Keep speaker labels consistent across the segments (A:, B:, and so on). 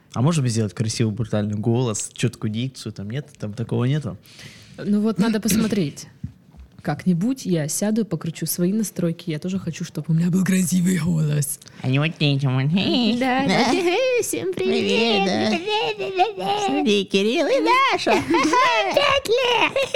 A: А можем сделать красивый, брутальный голос, четкую дикцию? Там нет? Там такого нету?
B: Ну вот надо посмотреть. Как-нибудь я сяду и покручу свои настройки. Я тоже хочу, чтобы у меня был красивый голос.
A: А не вот этим вот.
B: Да, да. Всем привет.
A: Смотри, Кирилл и Даша. 5 лет.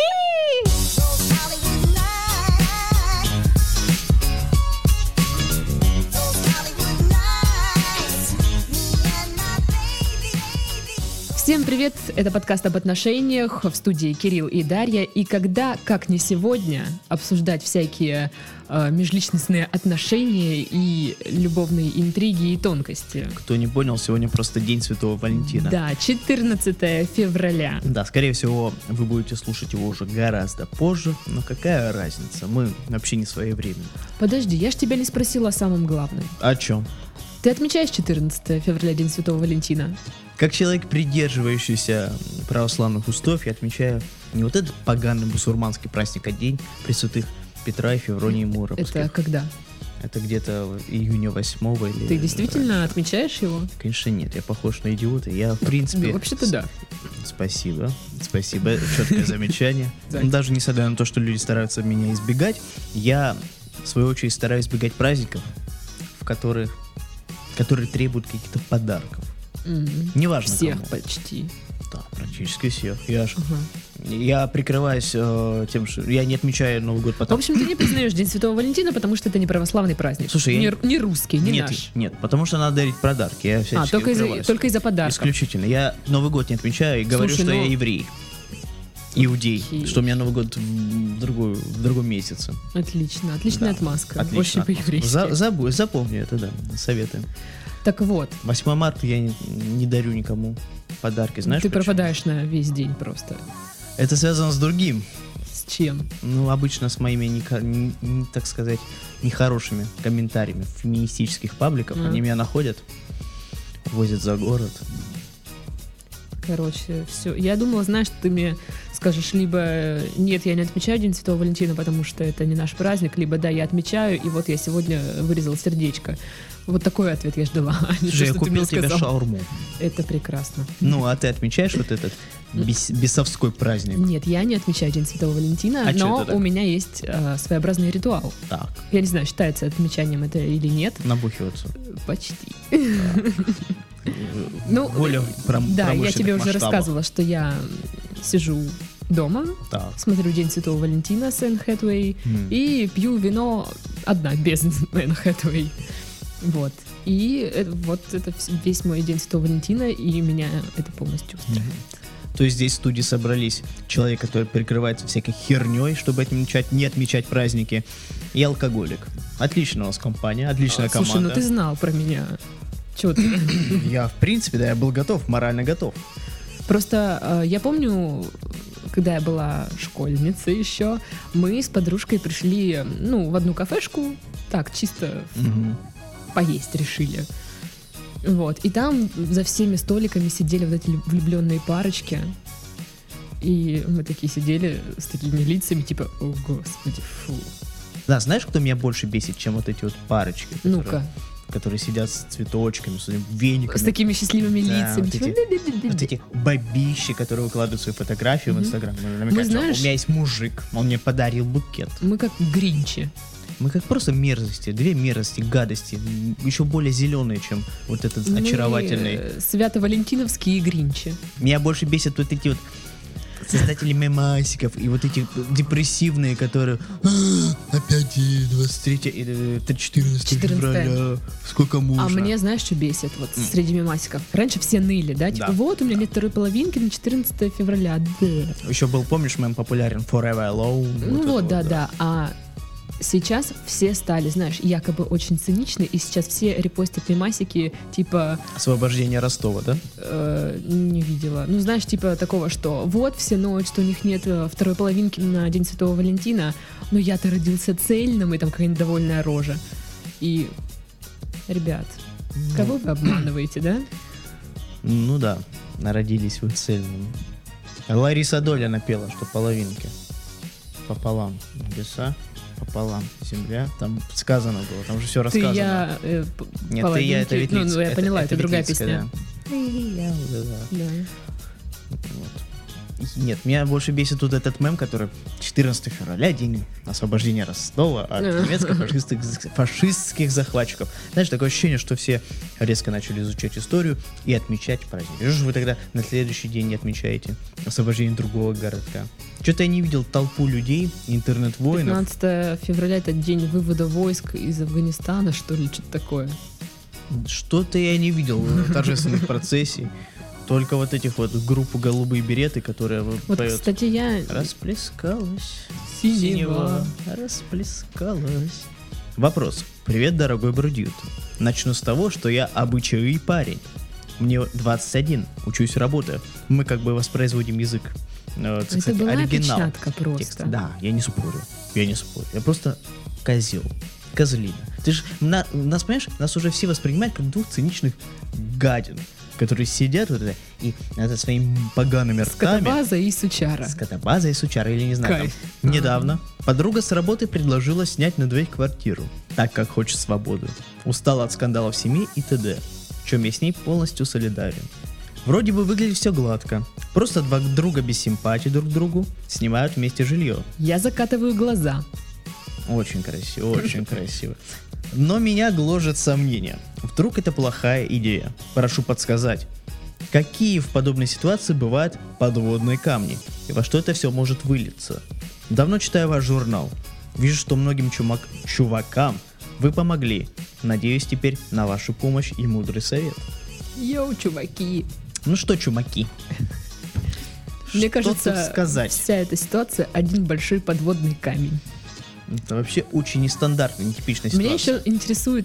B: Всем привет! Это подкаст об отношениях, в студии Кирилл и Дарья. И когда, как не сегодня, обсуждать всякие межличностные отношения и любовные интриги и тонкости.
A: Кто не понял, сегодня просто День Святого Валентина.
B: Да, 14 февраля.
A: Да, скорее всего, вы будете слушать его уже гораздо позже, но какая разница? Мы вообще не своевременны.
B: Подожди, я ж тебя не спросила о самом главном.
A: О чем?
B: Ты отмечаешь 14 февраля, День Святого Валентина?
A: Как человек, придерживающийся православных устоев, я отмечаю не вот этот поганый мусульманский праздник, а День Пресвятых Петра и Февронии Муромских.
B: Это когда?
A: Это где-то в июня 8-го или...
B: Ты действительно отмечаешь его?
A: Конечно, нет, я похож на идиота. Я, в принципе...
B: Ну, вообще-то да.
A: Спасибо, четкое замечание. Даже несмотря на то, что люди стараются меня избегать, я, в свою очередь, стараюсь избегать праздников, которые требуют каких-то подарков. Неважно
B: Всех
A: кому.
B: почти.
A: Да, практически всех. Я прикрываюсь тем, что я не отмечаю Новый год
B: В
A: потому...
B: общем, ты не признаешь День Святого Валентина, потому что это не православный праздник.
A: Слушай,
B: не русский, не наш.
A: Нет, потому что надо дарить подарки. Я всячески укрываюсь.
B: только из-за подарков.
A: Исключительно. Я Новый год не отмечаю и говорю,
B: Слушай,
A: что я еврей. Иудей.
B: Окей.
A: Что у меня Новый год в другом месяце.
B: Отличная
A: Да.
B: отмазка.
A: Отлично.
B: Очень по-еврейски.
A: Запомни это, да. Советуем.
B: Так вот,
A: 8 марта я не дарю никому подарки. Знаешь
B: ты
A: почему?
B: пропадаешь на весь день просто.
A: Это связано с другим.
B: С чем?
A: Ну, обычно с моими, так сказать, нехорошими комментариями в феминистических пабликах. Они меня находят, возят за город.
B: Короче, все. Я думала, знаешь, ты мне скажешь либо нет, я не отмечаю День Святого Валентина, потому что это не наш праздник, либо да, я отмечаю, и вот я сегодня вырезал сердечко. Вот такой ответ я ждала.
A: Слушай, я купил тебе шаурму.
B: Это прекрасно.
A: Ну, а ты отмечаешь вот этот бесовской праздник?
B: Нет, я не отмечаю День Святого Валентина,
A: А
B: но у меня есть своеобразный ритуал.
A: Так.
B: Я не знаю, считается отмечанием это или нет.
A: Набухиваться.
B: Почти. Ну, да, я тебе уже рассказывала, что я сижу дома, смотрю День Святого Валентина с Энн Хэтэуэй и пью вино одна, без Энн Хэтэуэй. Вот. И вот это весь мой День Святого Валентина, и меня это полностью устраивает.
A: То есть здесь в студии собрались человек, который прикрывается всякой херней, чтобы не отмечать праздники, и алкоголик. Отличная у нас компания, отличная команда.
B: Слушай, ну ты знал про меня. Чего ты?
A: Я, в принципе, да, я был готов, морально готов.
B: Просто я помню, когда я была школьницей еще, мы с подружкой пришли, в одну кафешку, так, чисто поесть решили. Вот. И там за всеми столиками сидели вот эти влюбленные парочки. И мы такие сидели с такими лицами, типа, о господи, фу.
A: Да, знаешь, кто меня больше бесит, чем вот эти вот парочки?
B: Ну-ка.
A: Которые сидят с цветочками, с вениками.
B: С такими счастливыми лицами.
A: Вот эти бабищи, которые выкладывают свои фотографии в Инстаграм.
B: Мы, знаешь,
A: у меня есть мужик, он мне подарил букет.
B: Мы как гринчи.
A: Мы как просто мерзости, две мерзости, гадости, еще более зеленые, чем вот этот очаровательный.
B: Свято-валентиновские гринчи.
A: Меня больше бесят вот эти вот создатели мемасиков и вот эти депрессивные, которые опять 14 февраля, сколько можно.
B: А мне, знаешь, что бесит вот среди мемасиков? Раньше все ныли, да? Типа, вот у меня нет второй половинки на 14 февраля, да.
A: Еще был, помнишь, мем популярен Forever Alone?
B: Ну вот, да. А сейчас все стали, знаешь, якобы очень циничны, и сейчас все репостят мемасики, типа...
A: Освобождение Ростова, да?
B: Не видела. Ну, знаешь, типа такого, что вот все ноют, что у них нет второй половинки на День Святого Валентина, но я-то родился цельным, и там какая-нибудь довольная рожа. И, ребят, кого вы обманываете, да?
A: Ну да, народились вы цельными. Лариса Доля напела, что половинки. Пополам небеса, пополам земля. Там сказано было, там же все рассказано.
B: Ты, я,
A: Нет, ты, я, это Ветлицкая.
B: Ну, я поняла, это другая
A: Ветлицкая,
B: песня.
A: Да.
B: Да.
A: Вот. Нет, меня больше бесит тут этот мем, который 14 февраля, день освобождения Ростова от немецко-фашистских захватчиков. Знаешь, такое ощущение, что все резко начали изучать историю и отмечать праздник. Что же вы тогда на следующий день не отмечаете освобождение другого городка? Что-то я не видел толпу людей, интернет-воинов.
B: 15 февраля — это день вывода войск из Афганистана, что ли, что-то такое.
A: Что-то я не видел торжественных процессий. Только вот этих вот группу «Голубые береты», которые
B: вот,
A: поют.
B: Кстати, я...
A: Расплескалась
B: Синева.
A: Расплескалась. Вопрос. Привет, дорогой Брудьют. Начну с того, что я обычаевый парень. Мне 21, учусь, работаю. Мы как бы воспроизводим язык.
B: Это
A: кстати,
B: была
A: оригинал
B: опечатка просто.
A: текста. Да, я не спорю. Я просто козел. Козлина. Ты же нас, понимаешь, нас уже все воспринимают как двух циничных гадин, которые сидят вот это, и это своими погаными ртами.
B: Скотобаза и сучара.
A: Скотобаза и сучара, или не знаю.
B: Кайф.
A: Там. Недавно подруга с работы предложила снять на двоих квартиру, так как хочет свободу. Устала от скандалов в семье и т.д. В чем я с ней полностью солидарен. Вроде бы выглядит все гладко. Просто два друга без симпатии друг к другу снимают вместе жилье.
B: Я закатываю глаза.
A: Очень красиво, очень красиво. Но меня гложет сомнение. Вдруг это плохая идея? Прошу подсказать, какие в подобной ситуации бывают подводные камни? И во что это все может вылиться? Давно читаю ваш журнал. Вижу, что многим чувакам вы помогли. Надеюсь теперь на вашу помощь и мудрый совет.
B: Йоу, чуваки.
A: Ну что, чумаки?
B: Мне
A: Что
B: кажется,
A: тут сказать?
B: вся эта ситуация один большой подводный камень.
A: Это вообще очень нестандартная, нетипичная ситуация.
B: Меня еще интересует,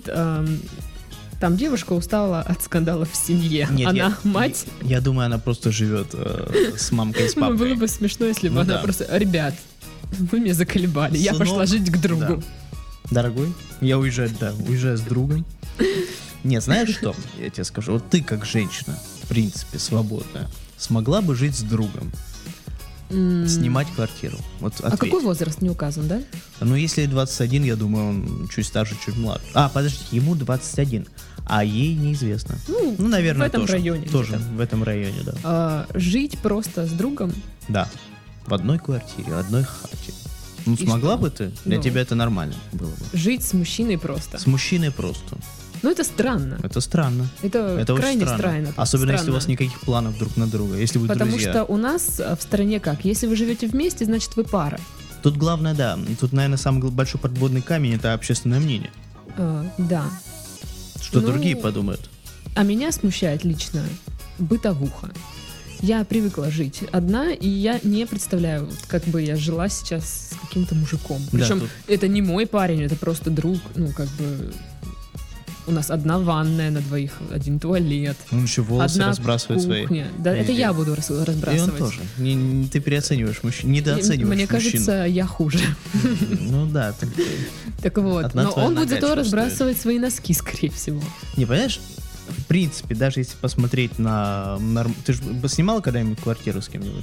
B: там девушка устала от скандалов в семье.
A: Нет,
B: она мать.
A: Я думаю, она просто живет с мамкой и с папой.
B: Было бы смешно, если бы она просто... Ребят, вы меня заколебали, я
A: Сынок,
B: пошла жить к другу.
A: Да. Дорогой, я уезжаю с другом. Нет, знаешь что? Я тебе скажу, вот ты как женщина, в принципе, свободная, смогла бы жить с другом, снимать квартиру. Вот
B: А какой возраст не указан, да?
A: Ну, если 21, я думаю, он чуть старше, чуть младше. Подожди, ему 21, а ей неизвестно. Ну, наверное,
B: в этом
A: тоже.
B: районе.
A: Тоже
B: где-то.
A: в этом районе, да.
B: Жить просто с другом.
A: Да. В одной квартире, в одной хате. Ну,
B: И
A: смогла
B: что?
A: бы ты? Для тебя это нормально было бы.
B: Жить с мужчиной просто.
A: С мужчиной просто.
B: Ну, это странно.
A: Это странно.
B: Это
A: Это
B: крайне
A: очень странно. Особенно если у вас никаких планов друг на друга. Если вы
B: Потому
A: друзья.
B: что у нас в стране как? Если вы живете вместе, значит вы пара.
A: Тут главное, да. Тут, наверное, самый большой подводный камень — это общественное мнение.
B: Да.
A: Что
B: Ну,
A: другие подумают.
B: А меня смущает лично бытовуха. Я привыкла жить одна, и я не представляю, вот как бы я жила сейчас с каким-то мужиком.
A: Да,
B: Причем
A: тут-
B: это не мой парень, это просто друг. Ну, как бы у нас одна ванная на двоих, один туалет,
A: Он еще волосы
B: одна
A: разбрасывает свои.
B: кухня. Да, это
A: везде.
B: я буду
A: И он
B: разбрасывать.
A: тоже. Ты переоцениваешь мужчин, недооцениваешь
B: Мне
A: мужчин.
B: кажется, я хуже.
A: Ну да.
B: Так вот,
A: Одна
B: но
A: твоя
B: он будет
A: нога
B: зато
A: чувствует.
B: разбрасывать свои носки, скорее всего.
A: Не, понимаешь, в принципе, даже если посмотреть на... Ты же снимала когда-нибудь квартиру с кем-нибудь?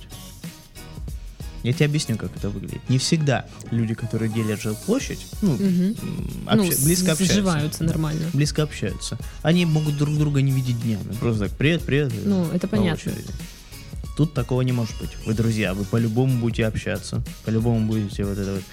A: Я тебе объясню, как это выглядит. Не всегда люди, которые делят жилплощадь,
B: Мгм.
A: близко общаются.
B: Сживаются нормально.
A: Близко общаются. Они могут друг друга не видеть днями. Просто так, привет, привет.
B: Ну, это
A: по
B: понятно.
A: очереди. Тут такого не может быть. Вы друзья, вы по-любому будете общаться. По-любому будете вот это вот...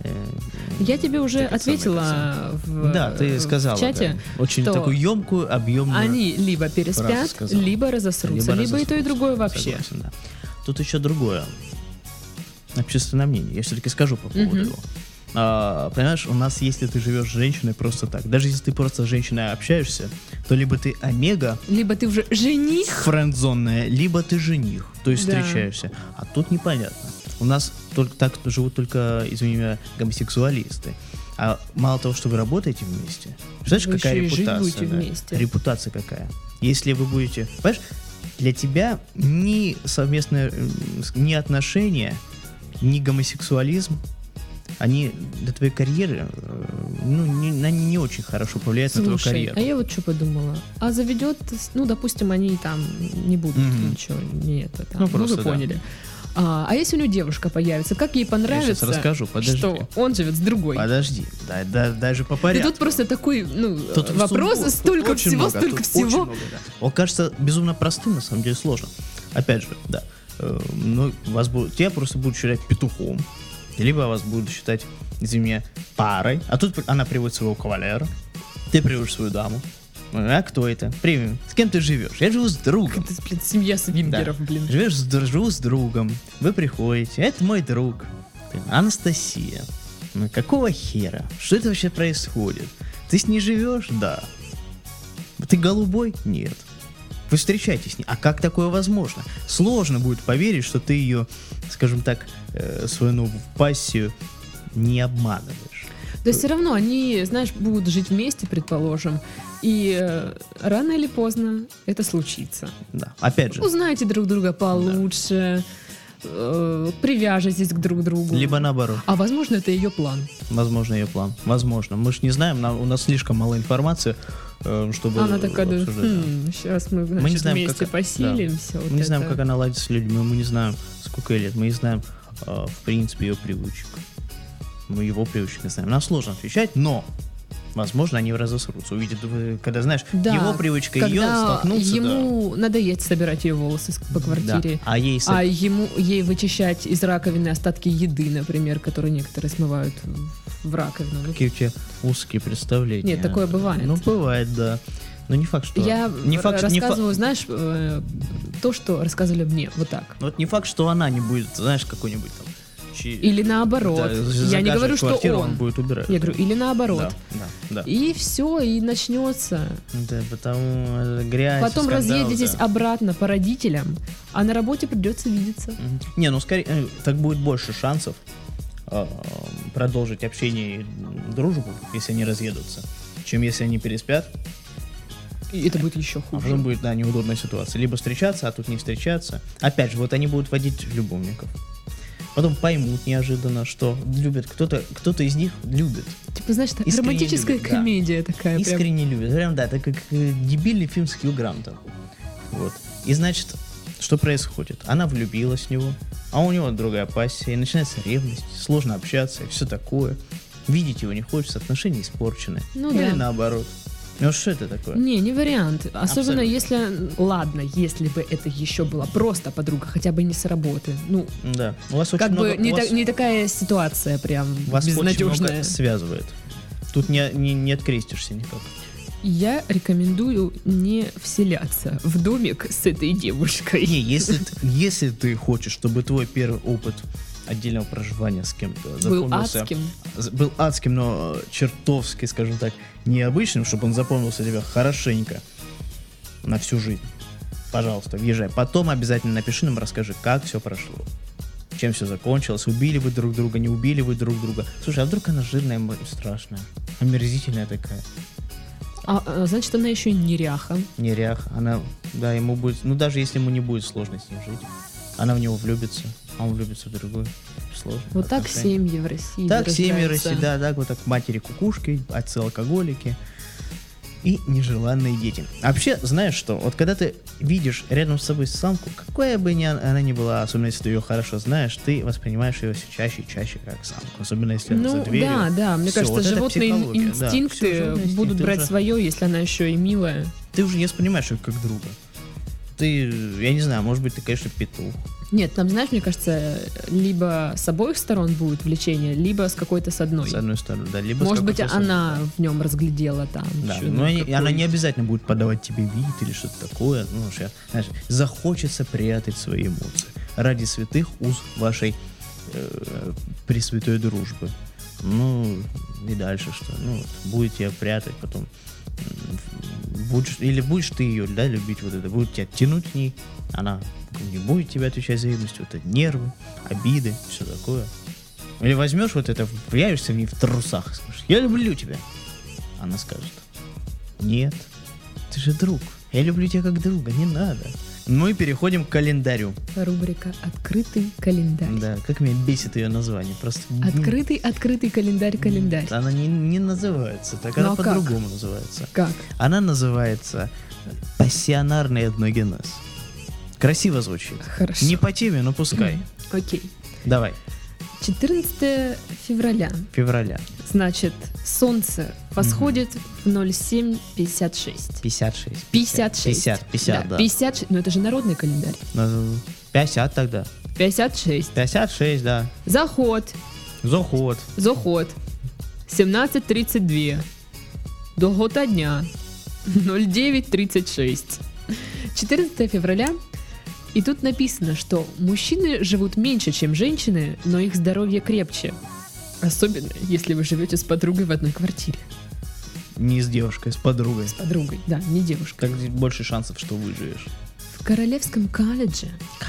B: Я тебе уже
A: так это самое
B: ответила
A: Да, ты сказала.
B: в чате,
A: да. Очень
B: что
A: такую емкую, объемную...
B: они либо переспят,
A: сказала.
B: либо разосрутся, либо и то, и другое вообще.
A: Согласен, да. Тут еще другое. Общественное мнение. Я все-таки скажу по поводу
B: Мгм.
A: этого. Понимаешь, у нас, если ты живешь с женщиной просто так, даже если ты просто с женщиной общаешься, то либо ты омега,
B: Либо ты уже жених,
A: френдзонная, либо ты жених, то есть
B: Да.
A: встречаешься. А тут непонятно. У нас только так живут только, извини меня, гомосексуалисты. А мало того, что вы работаете вместе, знаешь,
B: Вы
A: какая
B: еще и жить
A: репутация?
B: будете
A: да?
B: вместе.
A: Репутация какая? Если вы будете... Понимаешь, для тебя ни совместное, ни отношения, ни гомосексуализм, они для твоей карьеры, они не очень хорошо повлияют на твою
B: слушай,
A: карьеру.
B: а я вот что подумала. А заведет, ну, допустим, они там не будут
A: Мгм.
B: ничего, не это, там,
A: Ну,
B: ну,
A: просто
B: вы
A: да.
B: поняли. А если у него девушка появится, как ей понравится,
A: Я сейчас расскажу, подожди.
B: что он живет с другой?
A: Подожди, даже по порядку.
B: И тут просто такой,
A: Тут
B: вопрос,
A: тут
B: столько
A: очень
B: всего,
A: много,
B: столько
A: тут
B: всего.
A: очень много, да. Он кажется безумно простым, на самом деле сложно. Опять же, да. Тебя просто будут считать петухом, либо вас будут считать, извини меня, парой. А тут она приводит своего кавалера, ты приводишь свою даму. А кто это? Привет. С кем ты живешь? Я живу с другом.
B: Это, блин, семья свингеров,
A: Да.
B: блин.
A: Живу с другом. Вы приходите. Это мой друг. Анастасия. Ну какого хера? Что это вообще происходит? Ты с ней живешь? Да. Ты голубой? Нет. Вы встречаетесь с ней. А как такое возможно? Сложно будет поверить, что ты ее, скажем так, свою новую пассию не обманываешь.
B: То есть все равно они, знаешь, будут жить вместе, предположим, и рано или поздно это случится.
A: Да. Опять же.
B: Узнаете друг друга получше, привяжетесь к друг другу.
A: Либо наоборот.
B: А возможно, это ее план.
A: Возможно, ее план. Возможно. Мы же не знаем, у нас слишком мало информации, чтобы
B: Она такая,
A: обсуждать.
B: сейчас мы,
A: Мы не знаем,
B: вместе
A: как-
B: поселимся.
A: Мы не знаем, как она ладит с людьми, мы не знаем, сколько ей лет, мы не знаем, в принципе, ее привычек. Мы его привычек не знаем. Нам сложно отвечать, но, возможно, они разосрутся. Увидят, когда, знаешь,
B: Да,
A: его привычка и ее
B: когда
A: столкнутся.
B: ему надоест собирать ее волосы по
A: Да.
B: квартире.
A: А ей
B: А ей вычищать из раковины остатки еды, например, которые некоторые смывают в раковину. Ну,
A: какие у тебя узкие представления.
B: Нет, такое бывает.
A: Ну, бывает, да. Но не факт, что...
B: я
A: не факт, не факт-
B: рассказываю, знаешь, то, что рассказывали мне, вот так.
A: Вот не факт, что она не будет, знаешь, какой-нибудь там...
B: Или наоборот.
A: Да,
B: Я не
A: загаживать
B: говорю, что
A: квартиру,
B: он.
A: будет убирать.
B: Я говорю, или наоборот.
A: Да.
B: И все, и начнется.
A: Да, потому грязь,
B: Потом
A: скандал,
B: разъедетесь
A: да.
B: обратно по родителям, а на работе придется видеться.
A: Мгм. Не, ну скорее, так будет больше шансов продолжить общение и дружбу, если они разъедутся, чем если они переспят,
B: И это будет еще
A: а
B: хуже.
A: потом будет, да, неудобная ситуация. Либо встречаться, а тут не встречаться. Опять же, вот они будут водить любовников. Потом поймут неожиданно, что любят, кто-то из них любит.
B: Типа, знаешь, это
A: Искренне
B: романтическая
A: любит, да.
B: комедия такая. Прям.
A: Искренне любит. Прям, да, это как дебильный фильм с Хью Грантом. Вот. И значит, что происходит? Она влюбилась в него, а у него другая пассия, и начинается ревность, сложно общаться и все такое. Видеть его не хочется, отношения испорчены.
B: Ну
A: Или
B: да.
A: наоборот. Ну что это такое?
B: Не вариант. Особенно
A: Абсолютно.
B: если... Ладно, если бы это еще была просто подруга, хотя бы не с работы. Ну,
A: Да. У вас очень
B: как
A: много...
B: бы не,
A: у вас,
B: не такая ситуация прям
A: вас очень
B: безнадежная.
A: много связывает. Тут не открестишься никак.
B: Я рекомендую не вселяться в домик с этой девушкой.
A: Не, если ты хочешь, чтобы твой первый опыт отдельного проживания с кем-то
B: Был
A: запомнился...
B: адским.
A: Был адским, но чертовски, скажем так, необычным, чтобы он запомнился тебе хорошенько на всю жизнь. Пожалуйста, въезжай. Потом обязательно напиши нам, расскажи, как все прошло. Чем все закончилось, убили вы друг друга, не убили вы друг друга. Слушай, а вдруг она жирная, страшная, омерзительная такая?
B: Значит, она еще и неряха.
A: Нерях, она, да, ему будет, ну даже если ему не будет сложно с ней жить, она в него влюбится, а он влюбится в другую. Сложно.
B: Вот так
A: отношения.
B: семьи в России
A: Так семьи
B: зарождаются.
A: России, да, так вот так матери кукушки, отцы алкоголики и нежеланные дети. А вообще, знаешь что, вот когда ты видишь рядом с собой самку, какая бы она ни была, особенно если ты ее хорошо знаешь, ты воспринимаешь ее все чаще и чаще как самку, особенно если она за
B: Ну
A: дверью.
B: да, мне
A: Всё,
B: кажется,
A: вот это
B: животные
A: психология, да.
B: инстинкты
A: Всё, животные
B: будут
A: инстинкты
B: брать
A: уже.
B: свое, если она еще и милая.
A: Ты уже не воспринимаешь ее как друга. Ты, я не знаю, может быть, ты, конечно, петух.
B: Нет, там, знаешь, мне кажется, либо с обоих сторон будет влечение, либо с какой-то с одной.
A: С одной стороны, да, либо
B: Может
A: с
B: быть,
A: какой-то
B: она в нем разглядела там.
A: Да,
B: чудо
A: но
B: какое.
A: она не обязательно будет подавать тебе вид или что-то такое. Ну, знаешь, захочется прятать свои эмоции ради святых уз вашей пресвятой дружбы. Ну, и дальше что? Ну, вот, будет ее прятать, потом будешь ты ее, да, любить вот это, будет тебя тянуть к ней, она не будет тебе отвечать взаимностью, вот это нервы, обиды, все такое. Или возьмешь вот это, появишься в ней в трусах, скажешь, я люблю тебя. Она скажет, нет, ты же друг, я люблю тебя как друга, не надо. Мы переходим к календарю.
B: Рубрика «Открытый календарь».
A: Да, как меня бесит ее название, просто...
B: Открытый календарь.
A: Она не называется так,
B: Ну,
A: она
B: а как?
A: по-другому называется.
B: Как?
A: Она называется пассионарный этногенез. Красиво звучит.
B: Хорошо.
A: Не по теме, но пускай.
B: Окей.
A: Давай.
B: 14 февраля. Значит, солнце восходит в 07:56.
A: 56. 50, да.
B: 56, но это же народный календарь.
A: 50 тогда.
B: 56.
A: 56, да.
B: Заход. 17:32. До года дня. 09:36. 14 февраля. И тут написано, что мужчины живут меньше, чем женщины, но их здоровье крепче. Особенно, если вы живете с подругой в одной квартире.
A: Не с девушкой, с подругой.
B: С подругой, да, не девушкой.
A: Так больше шансов, что выживешь.
B: В Королевском колледже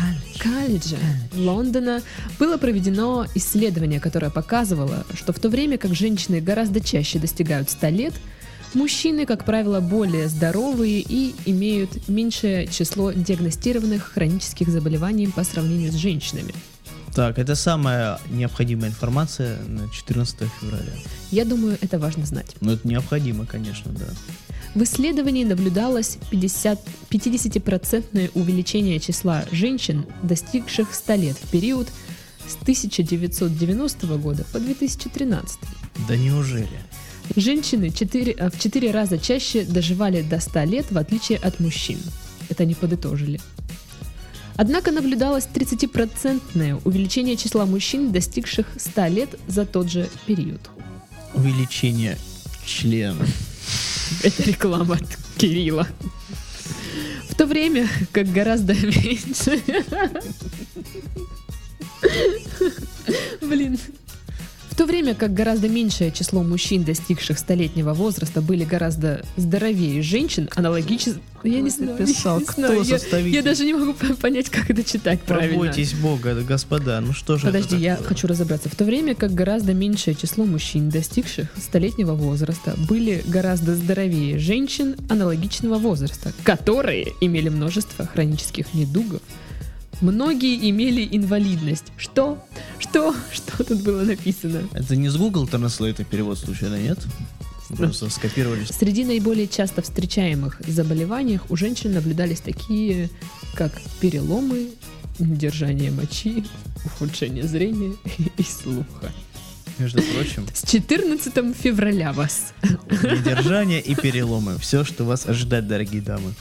B: Лондона было проведено исследование, которое показывало, что в то время как женщины гораздо чаще достигают 100 лет, мужчины, как правило, более здоровые и имеют меньшее число диагностированных хронических заболеваний по сравнению с женщинами.
A: Так, это самая необходимая информация на 14 февраля.
B: Я думаю, это важно знать.
A: Ну, это необходимо, конечно, да.
B: В исследовании наблюдалось 50% увеличение числа женщин, достигших 100 лет в период с 1990 года по 2013.
A: Да неужели?
B: Женщины в 4 раза чаще доживали до 100 лет, в отличие от мужчин. Это они подытожили. Однако наблюдалось 30% увеличение числа мужчин, достигших 100 лет за тот же период.
A: Увеличение члена.
B: Это реклама от Кирилла. В то время как гораздо меньше... В то время как гораздо меньшее число мужчин, достигших 100-летнего возраста, были гораздо здоровее женщин, аналогично... Я не знаю, я даже не могу понять, как это читать правильно.
A: Побойтесь Бога, господа, ну что же.
B: Подожди, я хочу разобраться. В то время как гораздо меньшее число мужчин, достигших 100-летнего возраста, были гораздо здоровее женщин аналогичного возраста, которые имели множество хронических недугов. Многие имели инвалидность. Что тут было написано?
A: Это не с Google Translate перевод случайно, нет? Просто скопировали.
B: Среди наиболее часто встречаемых заболеваний у женщин наблюдались такие, как переломы, недержание мочи, ухудшение зрения и слуха.
A: Между прочим,
B: с 14 февраля вас.
A: Недержание и переломы. Все, что вас ожидает, дорогие дамы.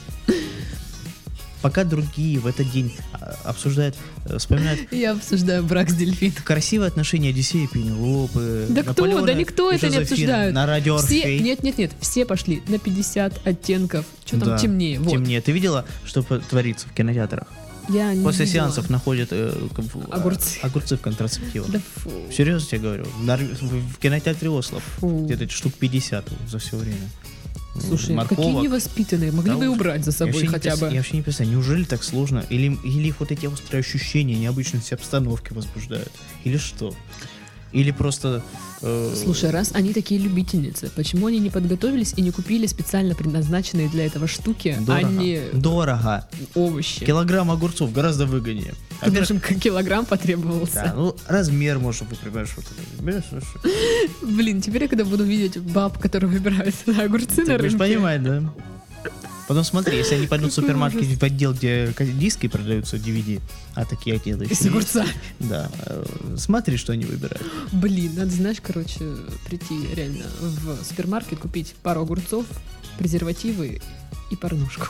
A: Пока другие в этот день обсуждают, вспоминают...
B: Я обсуждаю брак с дельфином.
A: Красивые отношения Одиссея, Пенелопы,
B: Да
A: Наполеона,
B: кто? Да никто это не обсуждает.
A: На радио Орфей.
B: Нет, все пошли на 50 оттенков. Что там темнее? Вот.
A: Темнее. Ты видела, что творится в кинотеатрах?
B: Я не
A: После
B: видела.
A: сеансов находят огурцы в контрацептивах. Да фу. Серьезно тебе говорю. В кинотеатре Осло где-то штук 50 за все время.
B: Слушай, какие невоспитанные, могли бы убрать за собой хотя бы.
A: Я вообще не представляю, неужели так сложно? Или их вот эти острые ощущения, необычности обстановки возбуждают? Или что? Или просто...
B: Слушай, раз они такие любительницы, почему они не подготовились и не купили специально предназначенные для этого штуки, а не...
A: Дорого.
B: Овощи.
A: Килограмм огурцов гораздо выгоднее.
B: Даже килограмм потребовался.
A: Да, ну размер, может быть, понимаешь, вот это.
B: Блин, теперь я когда буду видеть баб, которые выбирают огурцы на рынке...
A: Ты будешь понимать, да? Потом смотри, если они пойдут в супермаркет в отдел, где диски продаются, DVD, а такие отделы еще
B: с огурцами.
A: Да. Смотри, что они выбирают.
B: Блин, надо, знаешь, короче, прийти реально в супермаркет, купить пару огурцов, презервативы и порнушку.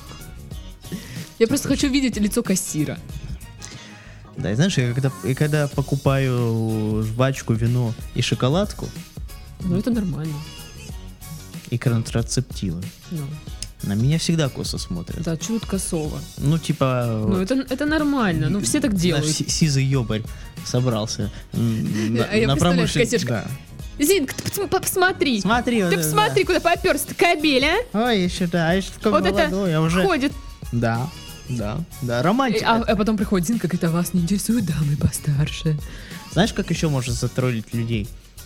B: Я просто хочу видеть лицо кассира.
A: Да, и знаешь, я когда покупаю жвачку, вино и шоколадку...
B: Ну, это нормально.
A: И контрацептивы.
B: Ну.
A: На меня всегда косо смотрят.
B: Да, чуть косово.
A: Ну, типа...
B: Ну, это нормально, ну, все так делают.
A: Сизый ёбарь собрался
B: на промышленность. Да. Зинка, ты посмотри.
A: Смотри.
B: Ты посмотри, куда попёрся-то кабель, а?
A: Ой, еще да, еще
B: вот молодой,
A: это уже...
B: ходит.
A: Да, романтика.
B: А потом приходит Зинка, говорит, а вас не интересуют дамы постарше.
A: Знаешь, как еще можно затроллить людей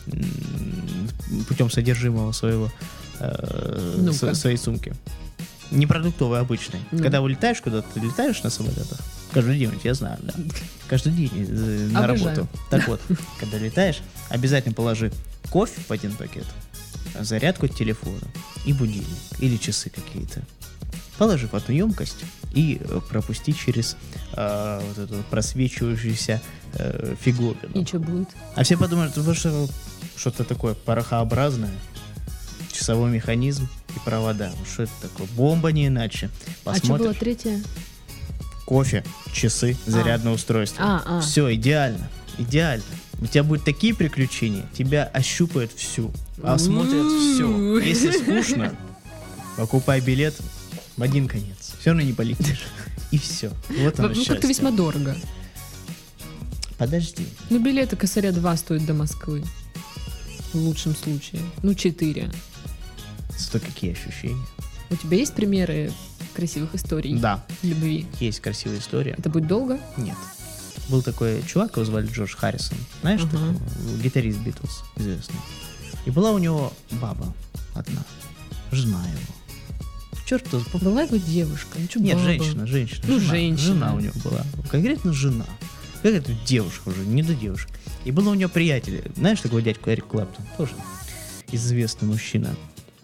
A: путем содержимого своей сумки? Не продуктовый, обычный. Когда улетаешь куда-то, ты летаешь на самолетах? Каждый день, я знаю, да. Каждый день на работу. Так вот, когда летаешь, обязательно положи кофе в один пакет, зарядку от телефона и будильник, или часы какие-то. Положи в одну емкость и пропустить через вот эту просвечивающуюся фигуру.
B: И что будет?
A: А все подумают, что что-то такое порохообразное, часовой механизм и провода. Что это такое? Бомба не иначе.
B: А что было третье?
A: Кофе, часы, зарядное устройство. Все, идеально. Идеально. У тебя будут такие приключения, тебя ощупают всю, осмотрят все. Если скучно, покупай билет в один конец. Все равно не полетишь. И все. Вот оно счастье.
B: Как-то весьма дорого.
A: Подожди.
B: Билеты косаря 2 стоят до Москвы. В лучшем случае. 4.
A: Зато какие ощущения.
B: У тебя есть примеры красивых историй?
A: Да.
B: Любви?
A: Есть красивая история.
B: Это будет долго?
A: Нет. Был такой чувак, его звали Джордж Харрисон. Знаешь, такой гитарист Битлз известный. И была у него баба одна. Жена его. Черт,
B: была его девушка.
A: Нет, женщина.
B: Женщина.
A: Жена у него была. Конкретно жена. Какая-то девушка уже, не до девушек. И был у него приятель. Знаешь такого дядьку Эрик Клэптон? Тоже известный мужчина.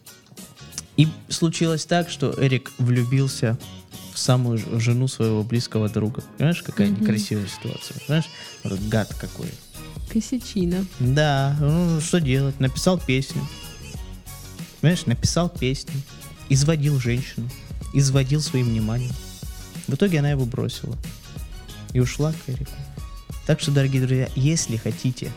A: И случилось так, что Эрик влюбился в самую жену своего близкого друга. Понимаешь, какая некрасивая ситуация? Понимаешь, вот гад какой.
B: Косячина.
A: Да, ну что делать? Написал песню. Понимаешь, написал песню. Изводил женщину. Изводил своим вниманием. В итоге она его бросила. И ушла к Эрику. Так что, дорогие друзья, если хотите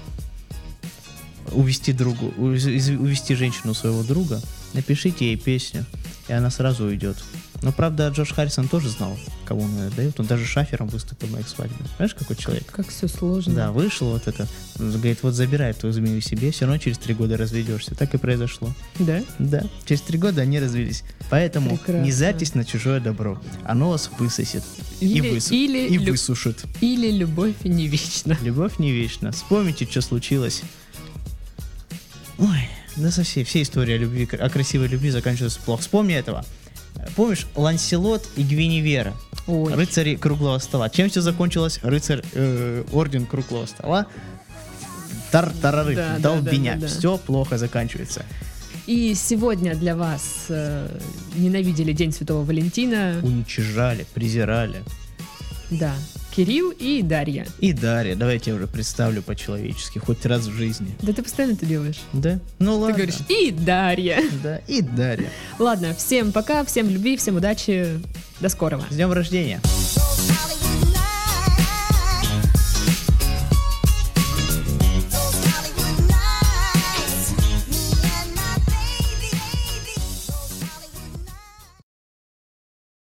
A: увести женщину своего друга, напишите ей песню, и она сразу уйдет. Но, правда, Джордж Харрисон тоже знал, кого он ее дает. Он даже шафером выступил на их свадьбе. Понимаешь, какой человек?
B: Как все сложно.
A: Да, вышел вот это. Говорит, вот забирай твою змею себе, все равно через 3 года разведешься. Так и произошло.
B: Да?
A: Да. Через 3 года они развелись. Поэтому
B: прекрасно.
A: не зарьтесь на чужое добро. Оно вас высосет и высушит.
B: Или любовь не вечна.
A: Любовь не вечна. Вспомните, что случилось. Ой, да все истории о любви, о красивой любви заканчиваются плохо. Вспомни этого. Помнишь, Ланселот и Гвиневера?
B: Ой.
A: Рыцари круглого стола. Чем все закончилось? Орден круглого стола. Тартарары, долбиняк.
B: Да.
A: Все плохо заканчивается.
B: И сегодня для вас ненавидели День Святого Валентина.
A: Уничижали, презирали.
B: Да. Кирилл и Дарья.
A: И Дарья. Давайте я уже представлю по-человечески, хоть раз в жизни.
B: Да ты постоянно это делаешь.
A: Да? Ну ладно.
B: Ты говоришь, и Дарья.
A: Да, и Дарья.
B: Ладно, всем пока, всем любви, всем удачи. До скорого.
A: С днем рождения.